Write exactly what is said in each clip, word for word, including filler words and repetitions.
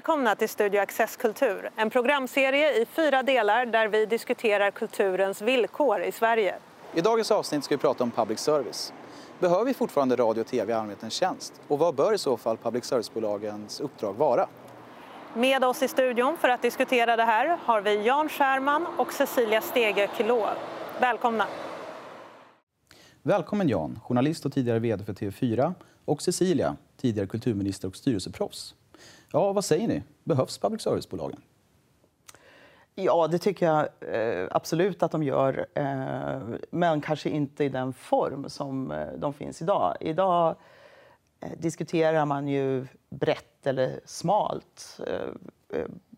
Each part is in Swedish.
Välkomna till Studio Access Kultur, en programserie i fyra delar där vi diskuterar kulturens villkor i Sverige. I dagens avsnitt ska vi prata om public service. Behöver vi fortfarande radio och tv i allmänhetens tjänst? Och vad bör i så fall public service-bolagens uppdrag vara? Med oss i studion för att diskutera det här har vi Jan Scherman och Cecilia Stege-Kilå. Välkomna! Välkommen Jan, journalist och tidigare vd för T V fyra, och Cecilia, tidigare kulturminister och styrelseproffs. Ja, vad säger ni? Behövs public service-bolagen? Ja, det tycker jag eh, absolut att de gör, eh, men kanske inte i den form som eh, de finns idag. Idag eh, diskuterar man ju brett eller smalt eh,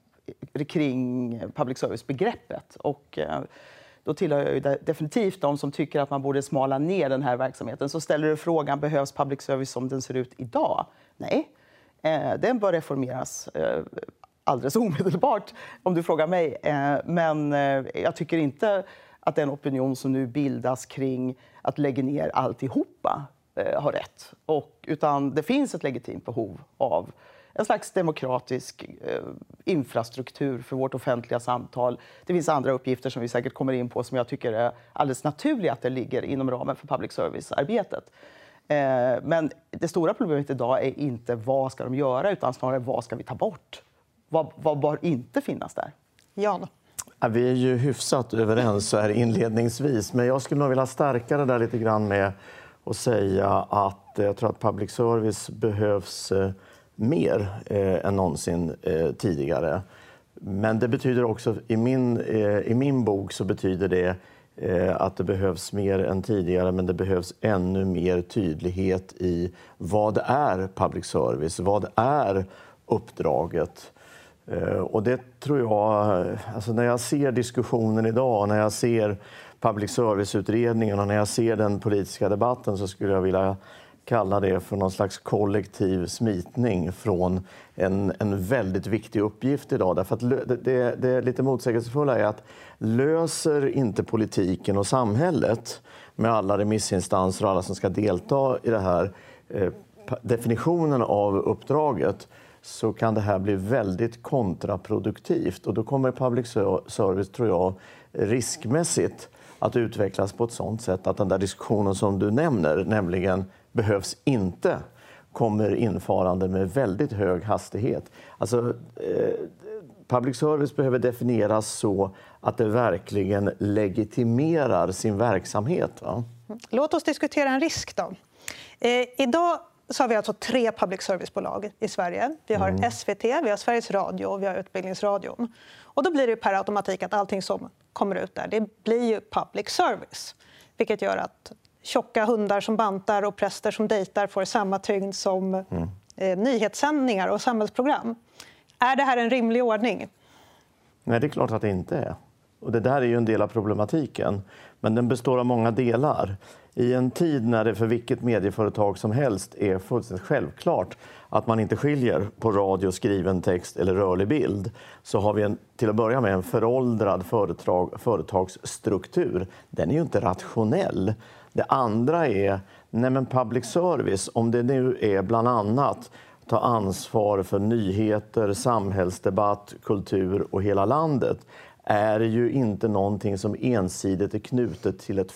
eh, kring public service-begreppet. Och, eh, då tillhör jag ju definitivt de som tycker att man borde smala ner den här verksamheten. Så ställer du frågan, behövs public service som den ser ut idag? Nej, eh, den bör reformeras eh, alldeles omedelbart om du frågar mig. Eh, men eh, jag tycker inte att den opinion som nu bildas kring att lägga ner alltihopa eh, har rätt. Och, utan det finns ett legitimt behov av en slags demokratisk eh, infrastruktur för vårt offentliga samtal. Det finns andra uppgifter som vi säkert kommer in på som jag tycker är alldeles naturliga att det ligger inom ramen för public service-arbetet. Eh, men det stora problemet idag är inte vad ska de göra utan snarare vad ska vi ta bort? Vad, vad bör inte finnas där? Jan? Ja, vi är ju hyfsat överens så här inledningsvis, men jag skulle nog vilja stärka det där lite grann med att säga att jag tror att public service behövs eh, mer eh, än någonsin eh, tidigare. Men det betyder också, i min, eh, i min bok så betyder det eh, att det behövs mer än tidigare, men det behövs ännu mer tydlighet i vad är public service, vad är uppdraget. Uh, och det tror jag, alltså när jag ser diskussionen idag, när jag ser public service-utredningen och när jag ser den politiska debatten så skulle jag vilja kalla det för någon slags kollektiv smitning från en, en väldigt viktig uppgift idag. Därför att det, det, det är lite motsägelsefulla är att löser inte politiken och samhället med alla remissinstanser och alla som ska delta i det här eh, definitionen av uppdraget, så kan det här bli väldigt kontraproduktivt. Och då kommer public service, tror jag, riskmässigt att utvecklas på ett sådant sätt att den där diskussionen som du nämner, nämligen behövs inte, kommer infarande med väldigt hög hastighet. Alltså, eh, public service behöver definieras så att det verkligen legitimerar sin verksamhet. Va? Låt oss diskutera en risk då. Eh, idag så har vi alltså tre public service-bolag i Sverige. Vi har mm. S V T, vi har Sveriges Radio och vi har Utbildningsradion. Och då blir det per automatik att allting som kommer ut där, det blir ju public service. Vilket gör att tjocka hundar som bantar och präster som dejtar får samma tyngd som mm. eh, nyhetssändningar och samhällsprogram. Är det här en rimlig ordning? Nej, det är klart att det inte är. Och det där är ju en del av problematiken. Men den består av många delar. I en tid när det för vilket medieföretag som helst är fullständigt självklart att man inte skiljer på radio, skriven text eller rörlig bild, så har vi en, till att börja med en föråldrad företag, företagsstruktur. Den är ju inte rationell. Det andra är, nej men public service, om det nu är bland annat ta ansvar för nyheter, samhällsdebatt, kultur och hela landet, är ju inte någonting som ensidigt är knutet till ett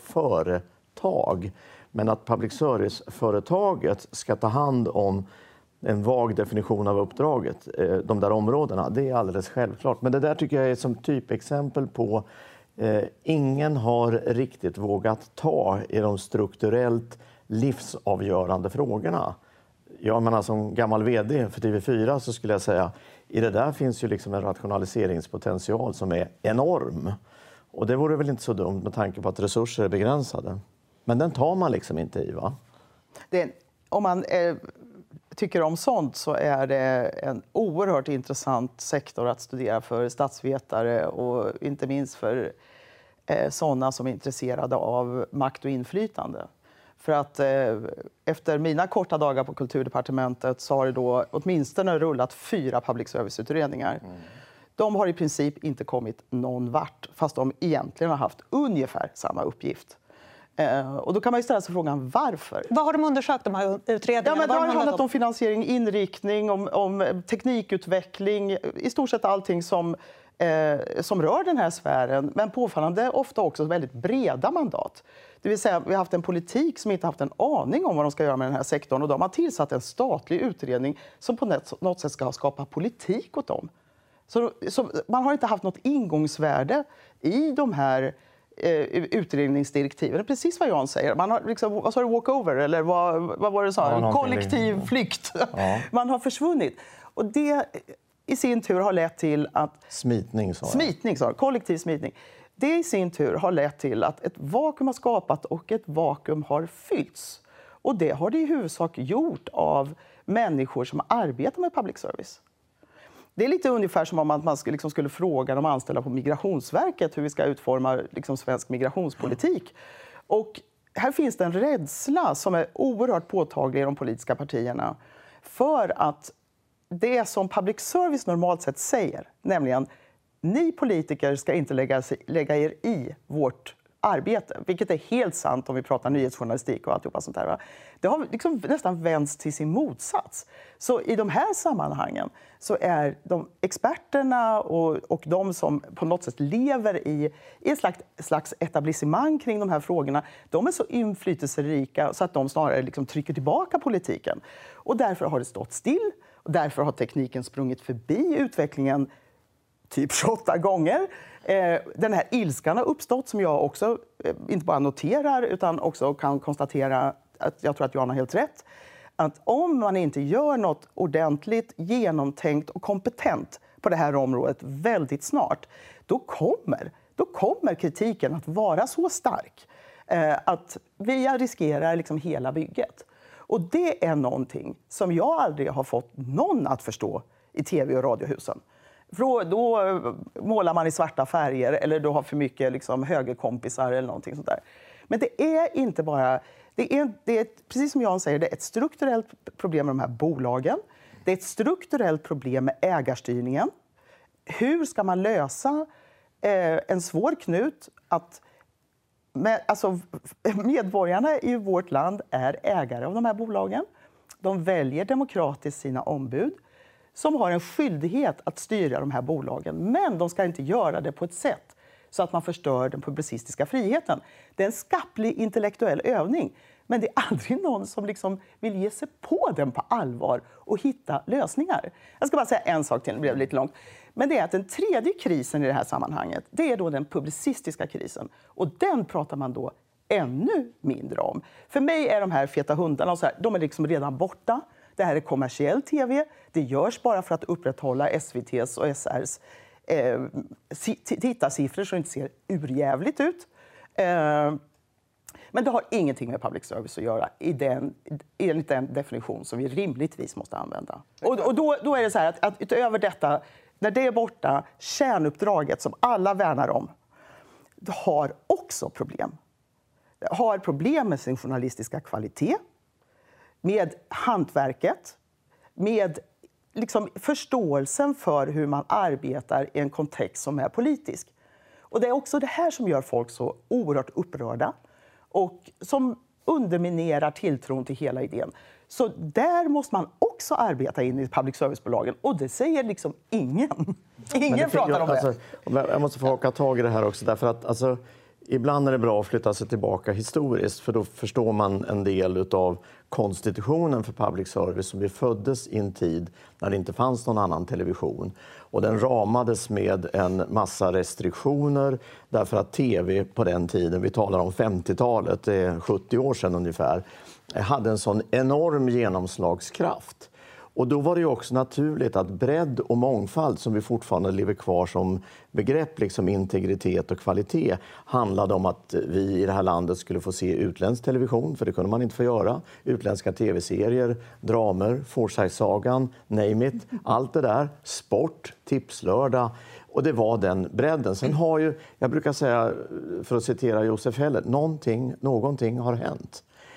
företag. Men att public service-företaget ska ta hand om en vag definition av uppdraget, de där områdena, det är alldeles självklart. Men det där tycker jag är som typexempel på eh, ingen har riktigt vågat ta i de strukturellt livsavgörande frågorna. Jag menar, som gammal vd för T V fyra så skulle jag säga i det där finns ju liksom en rationaliseringspotential som är enorm. Och det vore väl inte så dumt med tanke på att resurser är begränsade. Men den tar man liksom inte i, va? Det, om man eh, tycker om sånt så är det en oerhört intressant sektor att studera för statsvetare och inte minst för eh, sådana som är intresserade av makt och inflytande. För att eh, efter mina korta dagar på Kulturdepartementet så har det då åtminstone rullat fyra public service-utredningar. Mm. De har i princip inte kommit någon vart, fast de egentligen har haft ungefär samma uppgift. Eh, och då kan man ju ställa sig frågan varför. Vad har de undersökt, de här utredningarna? Ja, men det Vad har de handlat om finansiering, inriktning, om, om teknikutveckling, i stort sett allting som, eh, som rör den här sfären. Men påfallande ofta också väldigt breda mandat. Det vill säga, vi har haft en politik som inte haft en aning om vad de ska göra med den här sektorn. Och de har tillsatt en statlig utredning som på något sätt ska skapa politik åt dem. Så, så man har inte haft något ingångsvärde i de här eh, utredningsdirektiven. Det är precis vad Jan säger. Man har liksom, vad sa du, walkover? Eller vad, vad var det så? Ja, kollektiv flykt. Ja. Man har försvunnit. Och det i sin tur har lett till att... Smitning, sa jag. Smitning, sa kollektiv smitning. Det i sin tur har lett till att ett vakuum har skapat och ett vakuum har fyllts. Och det har det i huvudsak gjort av människor som arbetar med public service. Det är lite ungefär som om att man skulle, liksom, skulle fråga de anställda på Migrationsverket hur vi ska utforma liksom, svensk migrationspolitik. Och här finns det en rädsla som är oerhört påtaglig i de politiska partierna för att det som public service normalt sett säger, nämligen ni politiker ska inte lägga, lägga er i vårt arbete, vilket är helt sant om vi pratar nyhetsjournalistik och alltihopa sånt där. Va? Det har liksom nästan vänts till sin motsats. Så i de här sammanhangen så är de experterna och, och de som på något sätt lever i, i ett slags, slags etablissemang kring de här frågorna, de är så inflytelserika så att de snarare liksom trycker tillbaka politiken. Och därför har det stått still, och därför har tekniken sprungit förbi utvecklingen typ tjugoåtta gånger. Eh, den här ilskan har uppstått som jag också eh, inte bara noterar utan också kan konstatera att jag tror att Jan har helt rätt. Att om man inte gör något ordentligt, genomtänkt och kompetent på det här området väldigt snart, då kommer, då kommer kritiken att vara så stark eh, att vi riskerar liksom hela bygget. Och det är någonting som jag aldrig har fått någon att förstå i tv- och radiohusen. För då målar man i svarta färger eller då har för mycket liksom högerkompisar eller någonting sånt där. Men det är inte bara... Det är, det är, precis som Jan säger, det är ett strukturellt problem med de här bolagen. Det är ett strukturellt problem med ägarstyrningen. Hur ska man lösa eh, en svår knut att... Med, alltså, medborgarna i vårt land är ägare av de här bolagen. De väljer demokratiskt sina ombud som har en skyldighet att styra de här bolagen. Men de ska inte göra det på ett sätt så att man förstör den publicistiska friheten. Det är en skapplig intellektuell övning. Men det är aldrig någon som liksom vill ge sig på den på allvar och hitta lösningar. Jag ska bara säga en sak till, det blev lite långt. Men det är att den tredje krisen i det här sammanhanget, det är då den publicistiska krisen. Och den pratar man då ännu mindre om. För mig är de här feta hundarna och så här, de är liksom redan borta. Det här är kommersiell tv. Det görs bara för att upprätthålla S V T:s och S R:s eh, tittarsiffror så det inte ser urjävligt ut. Eh, men det har ingenting med public service att göra i den, enligt den definition som vi rimligtvis måste använda. Och, och då, då är det så här att, att utöver detta, när det är borta, kärnuppdraget som alla värnar om, det har också problem. Det har problem med sin journalistiska kvalitet, med hantverket, med liksom förståelsen för hur man arbetar i en kontext som är politisk. Och det är också det här som gör folk så oerhört upprörda och som underminerar tilltron till hela idén. Så där måste man också arbeta in i public service-bolagen. Och det säger liksom ingen. Ingen det, pratar jag, om det. Alltså, jag måste få haka tag i det här också. Därför att, alltså, ibland är det bra att flytta sig tillbaka historiskt. För då förstår man en del av konstitutionen för public service som vi föddes i en tid när det inte fanns någon annan television. Och den ramades med en massa restriktioner därför att tv på den tiden, vi talar om femtiotalet, det är sjuttio år sedan ungefär, hade en sån enorm genomslagskraft. Och då var det ju också naturligt att bredd och mångfald, som vi fortfarande lever kvar som begrepp, liksom integritet och kvalitet, handlade om att vi i det här landet skulle få se utländsk television, för det kunde man inte få göra. Utländska tv-serier, dramer, Forsyth-sagan, name it, allt det där. Sport, tipslördag. Och det var den bredden. Sen har ju, jag brukar säga, för att citera Josef Heller, någonting, någonting har hänt.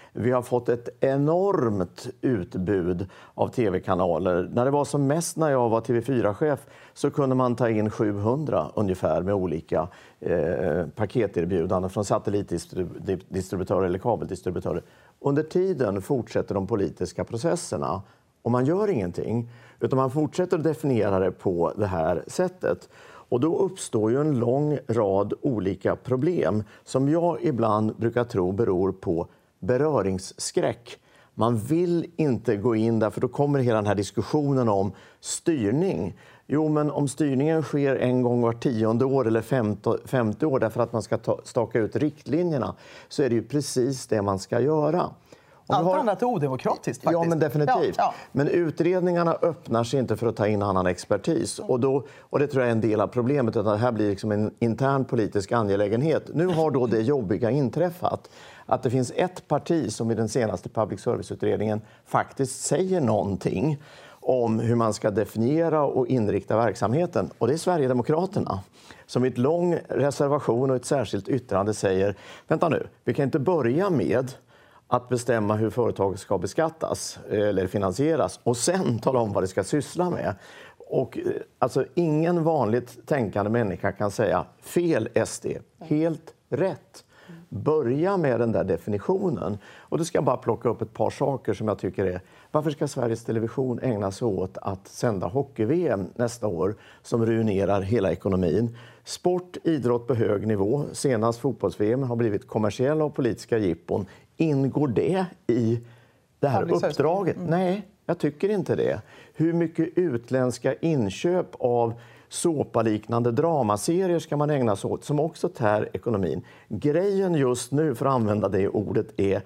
Vi har fått ett enormt utbud av tv-kanaler. När det var som mest när jag var T V fyra-chef så kunde man ta in sjuhundra ungefär med olika eh, paketerbjudanden från satellitdistributörer eller kabeldistributörer. Under tiden fortsätter de politiska processerna och man gör ingenting, utan man fortsätter att definiera det på det här sättet. Och då uppstår ju en lång rad olika problem som jag ibland brukar tro beror på beröringsskräck. Man vill inte gå in där, för då kommer hela den här diskussionen om styrning. Jo, men om styrningen sker en gång var tionde år eller femtio år därför att man ska ta, staka ut riktlinjerna, så är det ju precis det man ska göra. Allt har... annat är odemokratiskt faktiskt. Ja, men definitivt. Ja, ja. Men utredningarna öppnar sig inte för att ta in annan expertis. Och, då, och det tror jag är en del av problemet, att det här blir liksom en intern politisk angelägenhet. Nu har då det jobbiga inträffat att det finns ett parti som i den senaste public service-utredningen faktiskt säger någonting om hur man ska definiera och inrikta verksamheten. Och det är Sverigedemokraterna som i ett lång reservation och ett särskilt yttrande säger, vänta nu, vi kan inte börja med att bestämma hur företag ska beskattas eller finansieras och sen tala om vad det ska syssla med. Och alltså ingen vanligt tänkande människa kan säga fel S D, helt rätt. Börja med den där definitionen. Och då ska jag bara plocka upp ett par saker som jag tycker är, varför ska Sveriges Television ägna sig åt att sända hockey-V M nästa år som ruinerar hela ekonomin? Sport, idrott på hög nivå, senast fotbolls-V M har blivit kommersiella och politiska jippon. Ingår det i det här uppdraget? Mm. Nej, jag tycker inte det. Hur mycket utländska inköp av såpaliknande dramaserier ska man ägna sig åt som också tär ekonomin? Grejen just nu, för att använda det ordet, är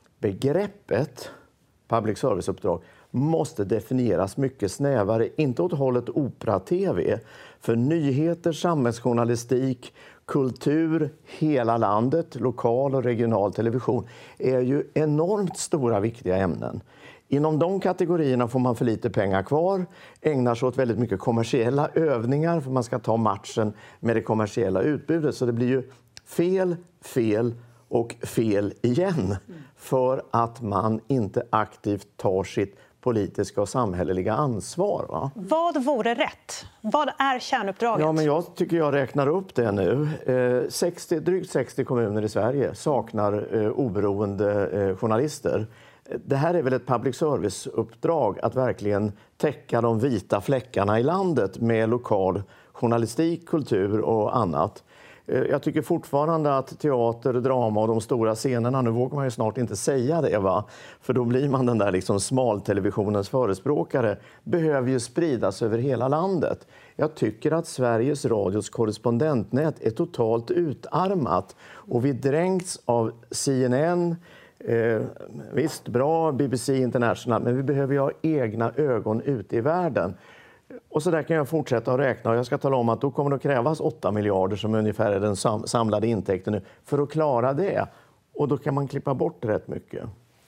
begreppet public service-uppdrag måste definieras mycket snävare, inte åt hållet opera-tv. För nyheter, samhällsjournalistik, kultur, hela landet, lokal och regional television är ju enormt stora viktiga ämnen. Inom de kategorierna får man för lite pengar kvar, ägnar sig åt väldigt mycket kommersiella övningar för man ska ta matchen med det kommersiella utbudet. Så det blir ju fel, fel och fel igen för att man inte aktivt tar sitt politiska och samhälleliga ansvar. Va? Vad vore rätt? Vad är kärnuppdraget? Ja, men jag tycker jag räknar upp det nu. Eh, sextio, drygt sextio kommuner i Sverige saknar eh, oberoende eh, journalister. Det här är väl ett public service-uppdrag att verkligen täcka de vita fläckarna i landet med lokal journalistik, kultur och annat. Jag tycker fortfarande att teater, drama och de stora scenerna, nu vågar man ju snart inte säga det, va? För då blir man den där liksom smaltelevisionens förespråkare, behöver ju spridas över hela landet. Jag tycker att Sveriges Radios korrespondentnät är totalt utarmat och vi dränks av C N N, Eh, visst, bra B B C International, men vi behöver ju ha egna ögon ute i världen. Och så där kan jag fortsätta att räkna och jag ska tala om att då kommer det att krävas åtta miljarder som ungefär är den sam- samlade intäkten nu för att klara det. Och då kan man klippa bort rätt mycket.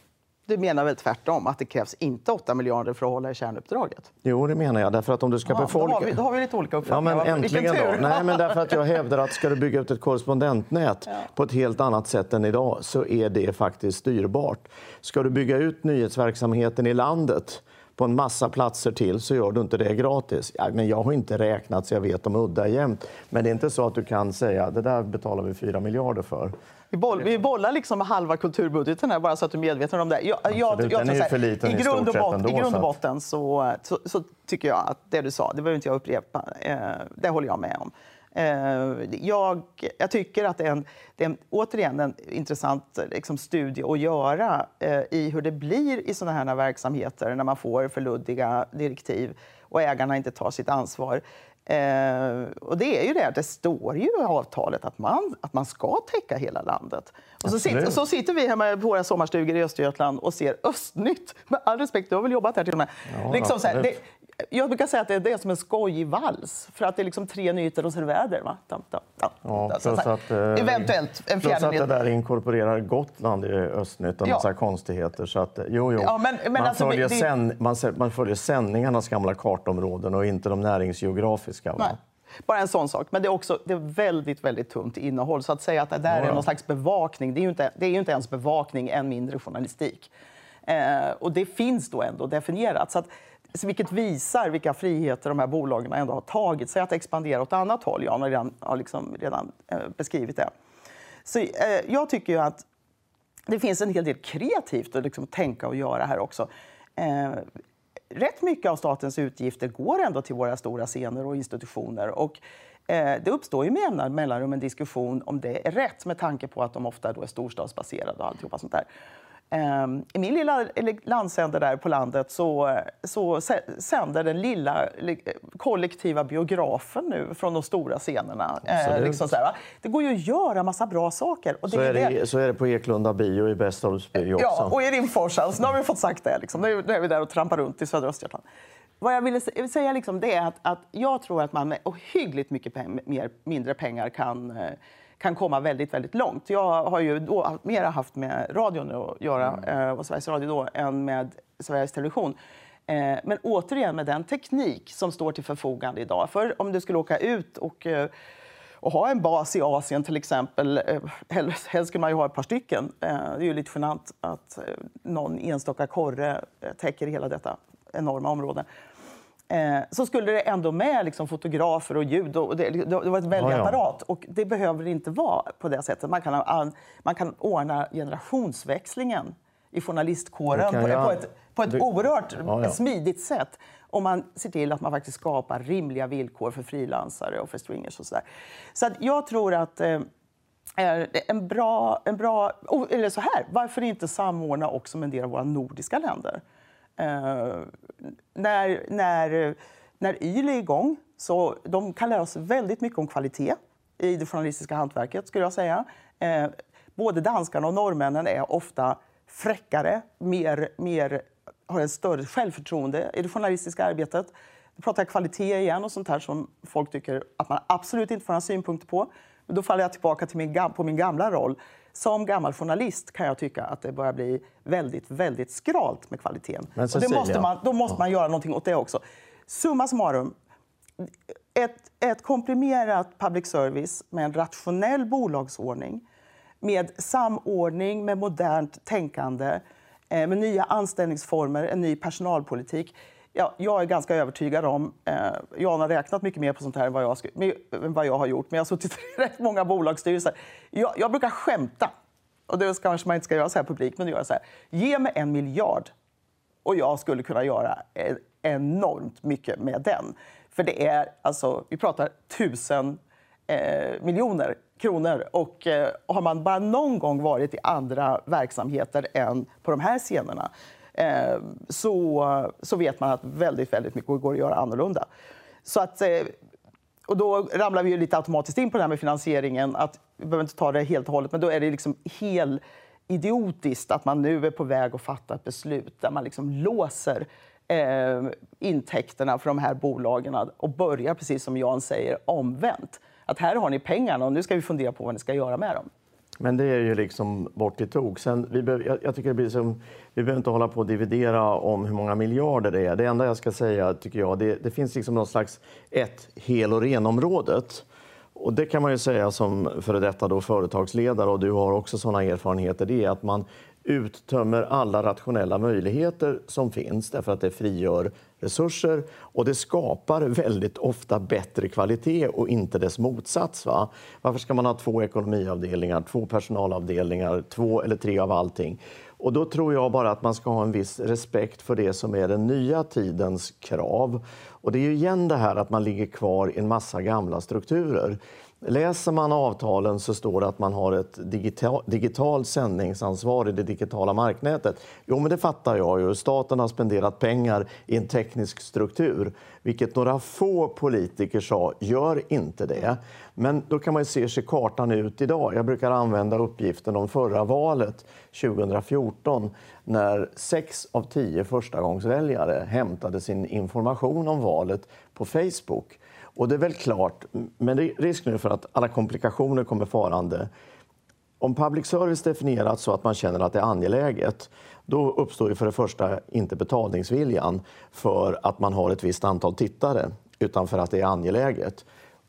Du menar väl tvärtom, att det krävs inte åtta miljarder för att hålla i kärnuppdraget? Jo, det menar jag. Därför att om du ska ja, befolka... Då har, vi, då har vi lite olika uppfattningar. Ja, men äntligen då. Nej, men därför att jag hävdar att ska du bygga ut ett korrespondentnät ja. på ett helt annat sätt än idag så är det faktiskt styrbart. Ska du bygga ut nyhetsverksamheten i landet på en massa platser till så gör du inte det gratis. Ja, men jag har inte räknat så jag vet om udda jämt. Men det är inte så att du kan säga det där betalar vi fyra miljarder för. Vi, boll, vi bollar liksom med halva kulturbudgeten här, bara så att du är medveten om det. Jag, jag, jag, jag, är för liten i, i grund och bot, ändå, I grund och botten så, så, så tycker jag att det du sa, det behöver inte jag upprepa, eh, det håller jag med om. Eh, jag, jag tycker att det är, en, det är en, återigen en intressant liksom, studie att göra eh, i hur det blir i sådana här verksamheter när man får för luddiga direktiv och ägarna inte tar sitt ansvar. Eh, och det är ju det, det står ju i avtalet att man, att man ska täcka hela landet. Och så sitter, så sitter vi hemma på våra sommarstugor i Östergötland och ser Östnytt. Med all respekt, du har väl jobbat här till och med. Ja, liksom så här, det, jag brukar säga att det är som en skojig vals. För att det är liksom tre nyheter och så väder. Va? Tam, tam, tam. Ja, så, plus så att, eh, eventuellt en plus fjärde att det där inkorporerar Gotland i Östnytt och ja. massa konstigheter. Så att, jo, jo. Ja, men, men man, alltså, följer det, sen, man, man följer sändningarnas gamla kartområden och inte de näringsgeografiska. Va? Nej. bara en sån sak. Men det är också det är väldigt, väldigt tunt innehåll. Så att säga att det där ja. är någon slags bevakning, det är ju inte, det är ju inte ens bevakning, än mindre journalistik. Eh, och det finns då ändå definierat. Så att, vilket visar vilka friheter de här bolagen ändå har tagit sig att expandera åt annat håll. Jag har redan, har liksom redan eh, beskrivit det. Så eh, jag tycker ju att det finns en hel del kreativt att liksom tänka och göra här också. Eh, rätt mycket av statens utgifter går ändå till våra stora scener och institutioner. Och eh, det uppstår ju med jämna mellanrum en diskussion om det är rätt med tanke på att de ofta då är storstadsbaserade och alltihopa sånt där. Um, I min lilla landsända där på landet så, så sänder den lilla kollektiva biografen nu från de stora scenerna. Eh, liksom så här, va? Det går ju att göra massa bra saker. Och det så, är det, det... så är det på Eklunda bio i Bästholmsby också. Ja, och i Rimfors. Alltså, nu har vi fått sagt det. Liksom. Nu är vi där och trampar runt i södra Östergötland. Vad jag vill säga liksom, det är att, att jag tror att man med ohyggligt mycket peng- mer, mindre pengar kan... Eh, kan komma väldigt, väldigt långt. Jag har ju då mer haft med radion att göra, mm. och Sveriges Radio då, än med Sveriges Television. Men återigen med den teknik som står till förfogande idag. För om du skulle åka ut och, och ha en bas i Asien till exempel, helst skulle man ju ha ett par stycken. Det är ju lite genant att någon enstaka korre täcker hela detta enorma område. Eh, så skulle det ändå med liksom, fotografer och ljud. Och det, det var ett väldigt ja, ja. apparat. Och det behöver inte vara på det sättet. Man kan, man kan ordna generationsväxlingen i journalistkåren på, jag... på ett, på ett du... oerhört ja, ja. smidigt sätt. Om man ser till att man faktiskt skapar rimliga villkor för frilansare och för stringers och sådär. Så att jag tror att eh, är en bra... En bra eller så här, varför inte samordna också med en del av våra nordiska länder? Uh, när, när, när Y L är igång så de kan lära oss väldigt mycket om kvalitet i det journalistiska hantverket skulle jag säga. Uh, både danskarna och norrmännen är ofta fräckare, mer, mer, har en större självförtroende i det journalistiska arbetet. Vi pratar kvalitet igen och sånt här som folk tycker att man absolut inte får ha synpunkter på. Men då faller jag tillbaka till min, på min gamla roll. Som gammal journalist kan jag tycka att det börjar bli väldigt, väldigt skralt med kvaliteten. Men och det måste man, då måste man göra någonting åt det också. Summa summarum, ett, ett komprimerat public service med en rationell bolagsordning, med samordning, med modernt tänkande, med nya anställningsformer, en ny personalpolitik. Ja, jag är ganska övertygad om, eh, jag har räknat mycket mer på sånt här än vad jag, än vad jag har gjort, men jag har suttit i rätt många bolagsstyrelser. Jag, jag brukar skämta, och det kanske man inte ska göra så här publikt, men göra så här. Ge mig en miljard och jag skulle kunna göra enormt mycket med den. För det är, alltså, vi pratar tusen eh, miljoner kronor och eh, har man bara någon gång varit i andra verksamheter än på de här scenerna, Så, så vet man att väldigt, väldigt mycket går att göra annorlunda. Så att, och då ramlar vi ju lite automatiskt in på det här med finansieringen. Att vi behöver inte ta det helt och hållet, men då är det liksom helt idiotiskt att man nu är på väg att fatta ett beslut där man liksom låser eh, intäkterna för de här bolagen och börjar, precis som Jan säger, omvänt. Att här har ni pengarna och nu ska vi fundera på vad ni ska göra med dem. Men det är ju liksom bort i tog. Sen, vi behöver, jag, jag tycker det blir som, vi behöver inte hålla på och dividera om hur många miljarder det är. Det enda jag ska säga, tycker jag, det, det finns liksom någon slags ett hel- och renområdet. Och det kan man ju säga som före detta då företagsledare, och du har också sådana erfarenheter, det är att man uttömmer alla rationella möjligheter som finns därför att det frigör resurser och det skapar väldigt ofta bättre kvalitet och inte dess motsats. Va? Varför ska man ha två ekonomiavdelningar, två personalavdelningar, två eller tre av allting? Och då tror jag bara att man ska ha en viss respekt för det som är den nya tidens krav. Och det är ju igen det här att man ligger kvar i en massa gamla strukturer. Läser man avtalen så står det att man har ett digital, digital sändningsansvar i det digitala marknätet. Jo, men det fattar jag ju. Staten har spenderat pengar i en teknisk struktur, vilket några få politiker sa, gör inte det. Men då kan man ju se sig kartan ut idag. Jag brukar använda uppgiften om förra valet tjugohundrafjorton när sex av tio förstagångsväljare hämtade sin information om valet på Facebook. Och det är väl klart, men det är risk nu för att alla komplikationer kommer farande. Om public service definieras så att man känner att det är angeläget, då uppstår ju för det första inte betalningsviljan för att man har ett visst antal tittare, utan för att det är angeläget.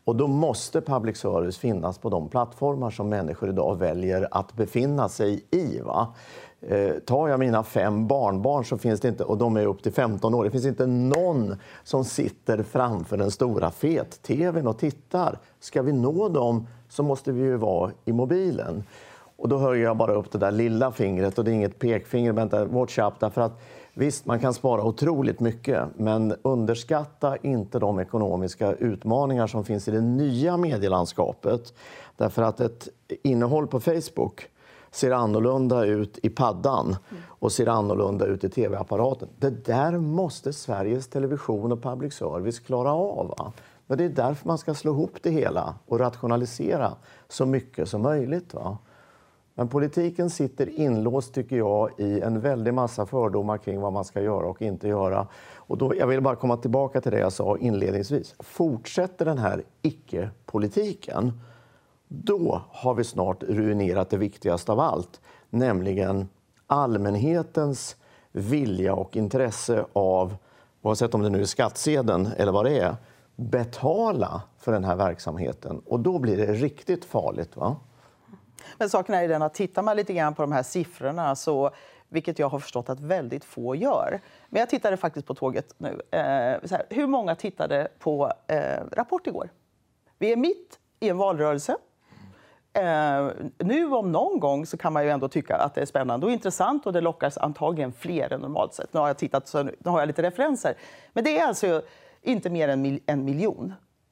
Och då måste public service finnas på de plattformar som människor idag väljer att befinna sig i. Va? Eh, tar jag mina fem barnbarn så finns det inte, och de är upp till femton år, det finns inte någon som sitter framför den stora fet-tvn och tittar. Ska vi nå dem så måste vi ju vara i mobilen. Och då höjer jag bara upp det där lilla fingret, och det är inget pekfinger, vänta, watch up, därför att visst, man kan spara otroligt mycket, men underskatta inte de ekonomiska utmaningar som finns i det nya medielandskapet. Därför att ett innehåll på Facebook ser annorlunda ut i paddan och ser annorlunda ut i tv-apparaten. Det där måste Sveriges Television och public service klara av. Va? Men det är därför man ska slå ihop det hela och rationalisera så mycket som möjligt. Va? Men politiken sitter inlåst, tycker jag, i en väldig massa fördomar kring vad man ska göra och inte göra. Och då, jag vill bara komma tillbaka till det jag sa inledningsvis. Fortsätter den här icke-politiken, då har vi snart ruinerat det viktigaste av allt, nämligen allmänhetens vilja och intresse av, oavsett om det nu är skattsedeln eller vad det är, betala för den här verksamheten. Och då blir det riktigt farligt, va? Men saken är den att tittar man lite grann på de här siffrorna, så, vilket jag har förstått att väldigt få gör. Men jag tittade faktiskt på tåget nu. Eh, så här, hur många tittade på eh, Rapport igår? Vi är mitt i en valrörelse. Eh, nu om någon gång så kan man ju ändå tycka att det är spännande och intressant, och det lockas antagligen fler än normalt sett. Nu har jag tittat, så nu har jag lite referenser. Men det är alltså inte mer än mil- en miljon.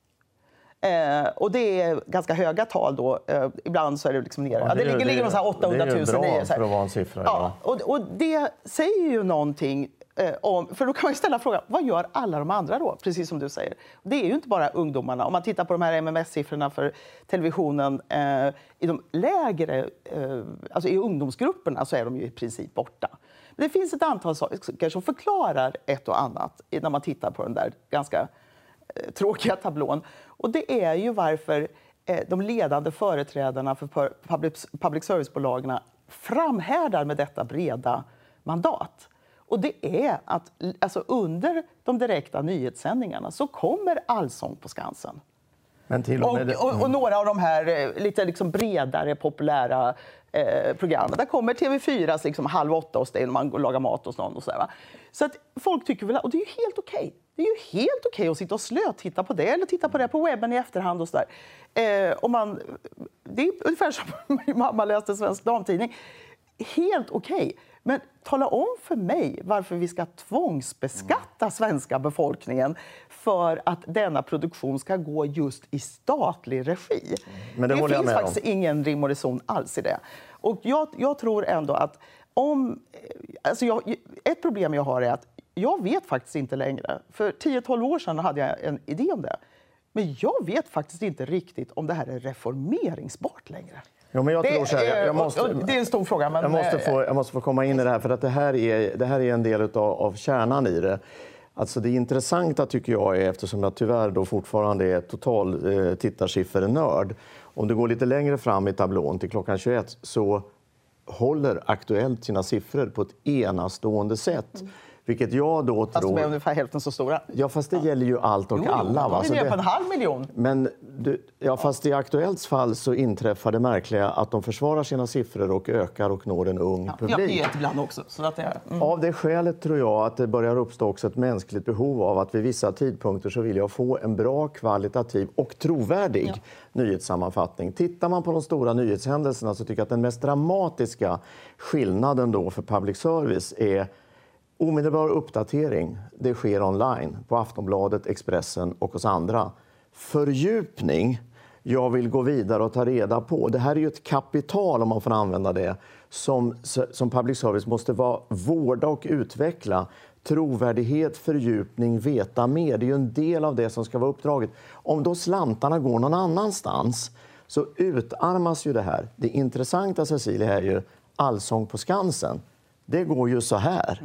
Eh, och det är ganska höga tal då. Eh, ibland så är det liksom nere. Ja, det, det ligger, det, ligger så här åttahundratusen. Det är ju bra så här. för att vara en siffra. Ja, och, och det säger ju någonting eh, om... För då kan man ju ställa frågan, vad gör alla de andra då? Precis som du säger. Det är ju inte bara ungdomarna. Om man tittar på de här M M S-siffrorna för televisionen, eh, i de lägre, eh, alltså i ungdomsgrupperna, så är de ju i princip borta. Men det finns ett antal saker som förklarar ett och annat när man tittar på den där ganska eh, tråkiga tablån. Och det är ju varför eh, de ledande företrädarna för public, public service-bolagen framhärdar med detta breda mandat. Och det är att alltså, under de direkta nyhetssändningarna så kommer Allsång på Skansen. Men till och, med det... och, och, och några av de här eh, lite liksom bredare, populära eh, programmen. Där kommer T V fyra liksom halv åtta hos dig när man går och lagar mat hos någon. Och så där, va? Så att folk tycker väl, och det är ju helt okej. Okay. Det är ju helt okej att sitta och slötitta på det eller titta på det på webben i efterhand och så där. Eh, och man, det är ungefär som min mamma läste Svensk Damtidning. Helt okej. Men tala om för mig varför vi ska tvångsbeskatta svenska befolkningen för att denna produktion ska gå just i statlig regi. Men det det håller finns jag med faktiskt om. ingen rim och reson alls i det. Och jag, jag tror ändå att om... Alltså jag, ett problem jag har är att jag vet faktiskt inte längre. För tio tolv år sedan hade jag en idé om det. Men jag vet faktiskt inte riktigt om det här är reformeringsbart längre. Ja, men jag det, tror så här, jag, jag måste, det är en stor fråga. Men, jag, måste få, jag måste få komma in i det här, för att det här är, det här är en del av, av kärnan i det. Alltså det intressanta tycker jag är, eftersom jag tyvärr då fortfarande är total eh, tittarsiffer-nörd. Om du går lite längre fram i tablån till klockan tjugoett så håller Aktuellt sina siffror på ett enastående sätt. Mm. Vilket jag då fast tror... de är ungefär hälften så stora. Ja, fast det ja. gäller ju allt och jo, alla. Va? De är ner på en halv miljon. Men du, ja, fast i Aktuellts fall så inträffar det märkliga att de försvarar sina siffror och ökar och når en ung ja, publik. Jag vet ibland också. Så att det är, mm. Av det skälet tror jag att det börjar uppstå också ett mänskligt behov av att vid vissa tidpunkter så vill jag få en bra, kvalitativ och trovärdig ja. nyhetssammanfattning. Tittar man på de stora nyhetshändelserna så tycker jag att den mest dramatiska skillnaden då för public service är omedelbar uppdatering. Det sker online på Aftonbladet, Expressen och hos andra. Fördjupning, jag vill gå vidare och ta reda på. Det här är ju ett kapital, om man får använda det, som, som public service måste vara, vårda och utveckla. Trovärdighet, fördjupning, veta mer. Det är ju en del av det som ska vara uppdraget. Om då slantarna går någon annanstans så utarmas ju det här. Det intressanta, Cecilia, är ju Allsång på Skansen. Det går ju så här. Mm.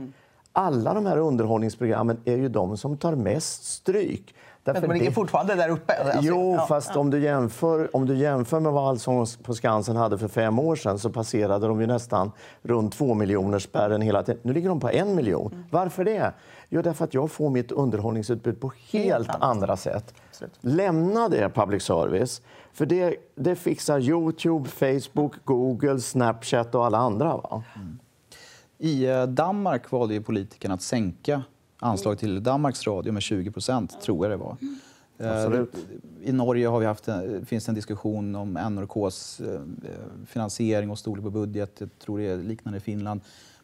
alla de här underhållningsprogrammen är ju de som tar mest stryk. Men de ligger det... fortfarande där uppe. Alltså, jo, ja, fast ja. om du jämför, om du jämför med vad Allsång på Skansen hade för fem år sedan så passerade de ju nästan runt två miljoner spärren hela tiden. Nu ligger de på en miljon. Mm. Varför det? Jo, därför att jag får mitt underhållningsutbud på helt, helt andra sätt. Absolut. Lämna det public service. För det, det fixar YouTube, Facebook, Google, Snapchat och alla andra. Va? Mm. I Danmark valde ju politikerna att sänka anslag till Danmarks Radio med tjugo procent, tror jag det var. Absolut. I Norge har vi haft en, finns det en diskussion om N R K:s finansiering och storlek på budget. Jag tror det är liknande i Finland.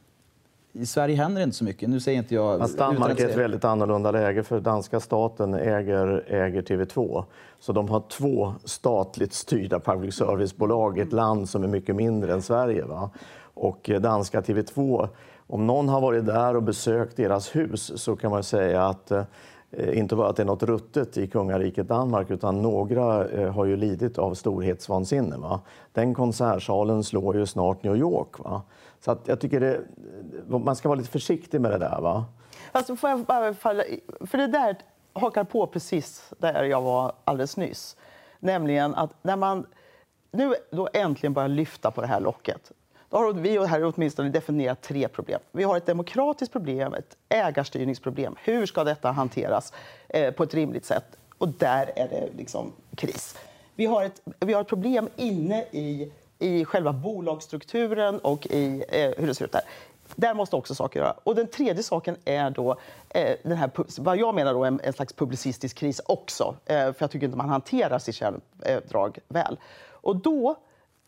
I Sverige händer det inte så mycket. Nu säger inte jag... Fast Danmark är ett väldigt annorlunda läge, för danska staten äger, äger T V två. Så de har två statligt styrda public service-bolag i ett land som är mycket mindre än Sverige. Va? Och danska T V två, om någon har varit där och besökt deras hus så kan man säga att eh, inte bara att det är något ruttet i kungariket Danmark, utan några eh, har ju lidit av storhetsvansinne. Va? Den konsertsalen slår ju snart New York. Va? Så att jag tycker det, man ska vara lite försiktig med det där. Va? Alltså, får jag bara falla, för det där hakar på precis där jag var alldeles nyss. Nämligen att när man nu då äntligen börjar lyfta på det här locket, då har vi här åtminstone definierat tre problem. Vi har ett demokratiskt problem, ett ägarstyrningsproblem. Hur ska detta hanteras eh, på ett rimligt sätt? Och där är det liksom kris. Vi har ett, vi har ett problem inne i, i själva bolagsstrukturen och i eh, hur det ser ut där. Där måste också saker göra. Och den tredje saken är då eh, den här, vad jag menar då, en, en slags publicistisk kris också. Eh, för jag tycker inte man hanterar sitt kärndrag väl. Och då,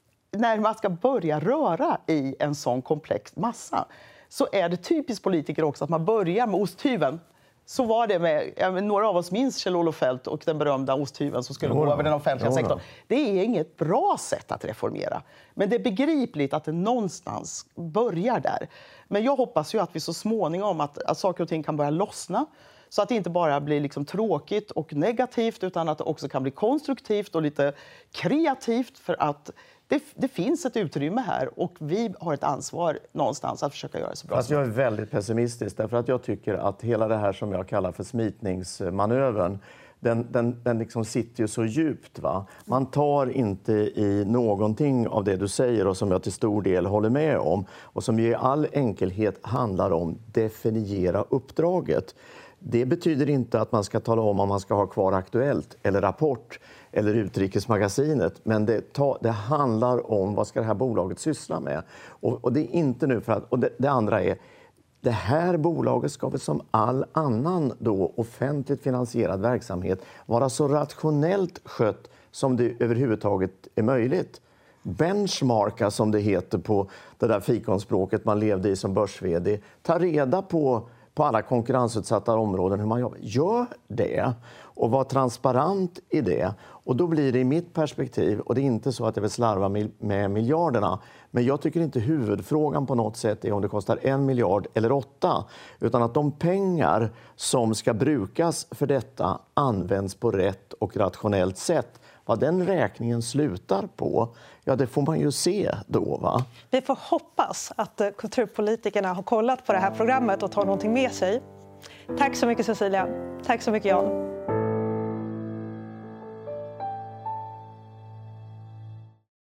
när man ska börja röra i en sån komplex massa, så är det typiskt politiker också att man börjar med osthyveln. Så var det med, ja, några av oss minns Kjell-Olof Feldt och den berömda osthyveln som skulle jo, gå över den offentliga jo, sektorn. Det är inget bra sätt att reformera. Men det är begripligt att det någonstans börjar där. Men jag hoppas ju att vi så småningom att, att saker och ting kan börja lossna. Så att det inte bara blir liksom tråkigt och negativt, utan att det också kan bli konstruktivt och lite kreativt, för att det, det finns ett utrymme här och vi har ett ansvar någonstans att försöka göra det så bra Fast som jag är väldigt pessimistisk, därför att jag tycker att hela det här som jag kallar för smitningsmanövern, den, den, den liksom sitter ju så djupt. Va? Man tar inte i någonting av det du säger och som jag till stor del håller med om, och som i all enkelhet handlar om definiera uppdraget. Det betyder inte att man ska tala om om man ska ha kvar Aktuellt eller Rapport eller Utrikesmagasinet, men det, ta, det handlar om vad ska det här bolaget syssla med. Och, och det är inte nu för att, och det, det andra är, det här bolaget ska väl som all annan då offentligt finansierad verksamhet vara så rationellt skött som det överhuvudtaget är möjligt. Benchmarka, som det heter på det där fikonspråket man levde i som börs-vd. Ta reda på på alla konkurrensutsatta områden hur man jobbar. Gör det och var transparent i det. Och då blir det i mitt perspektiv, och det är inte så att jag vill slarva med miljarderna, men jag tycker inte huvudfrågan på något sätt är om det kostar en miljard eller åtta, utan att de pengar som ska brukas för detta används på rätt och rationellt sätt. Vad den räkningen slutar på, ja, det får man ju se då, va? Vi får hoppas att kulturpolitikerna har kollat på det här programmet och tar någonting med sig. Tack så mycket, Cecilia. Tack så mycket, Jan.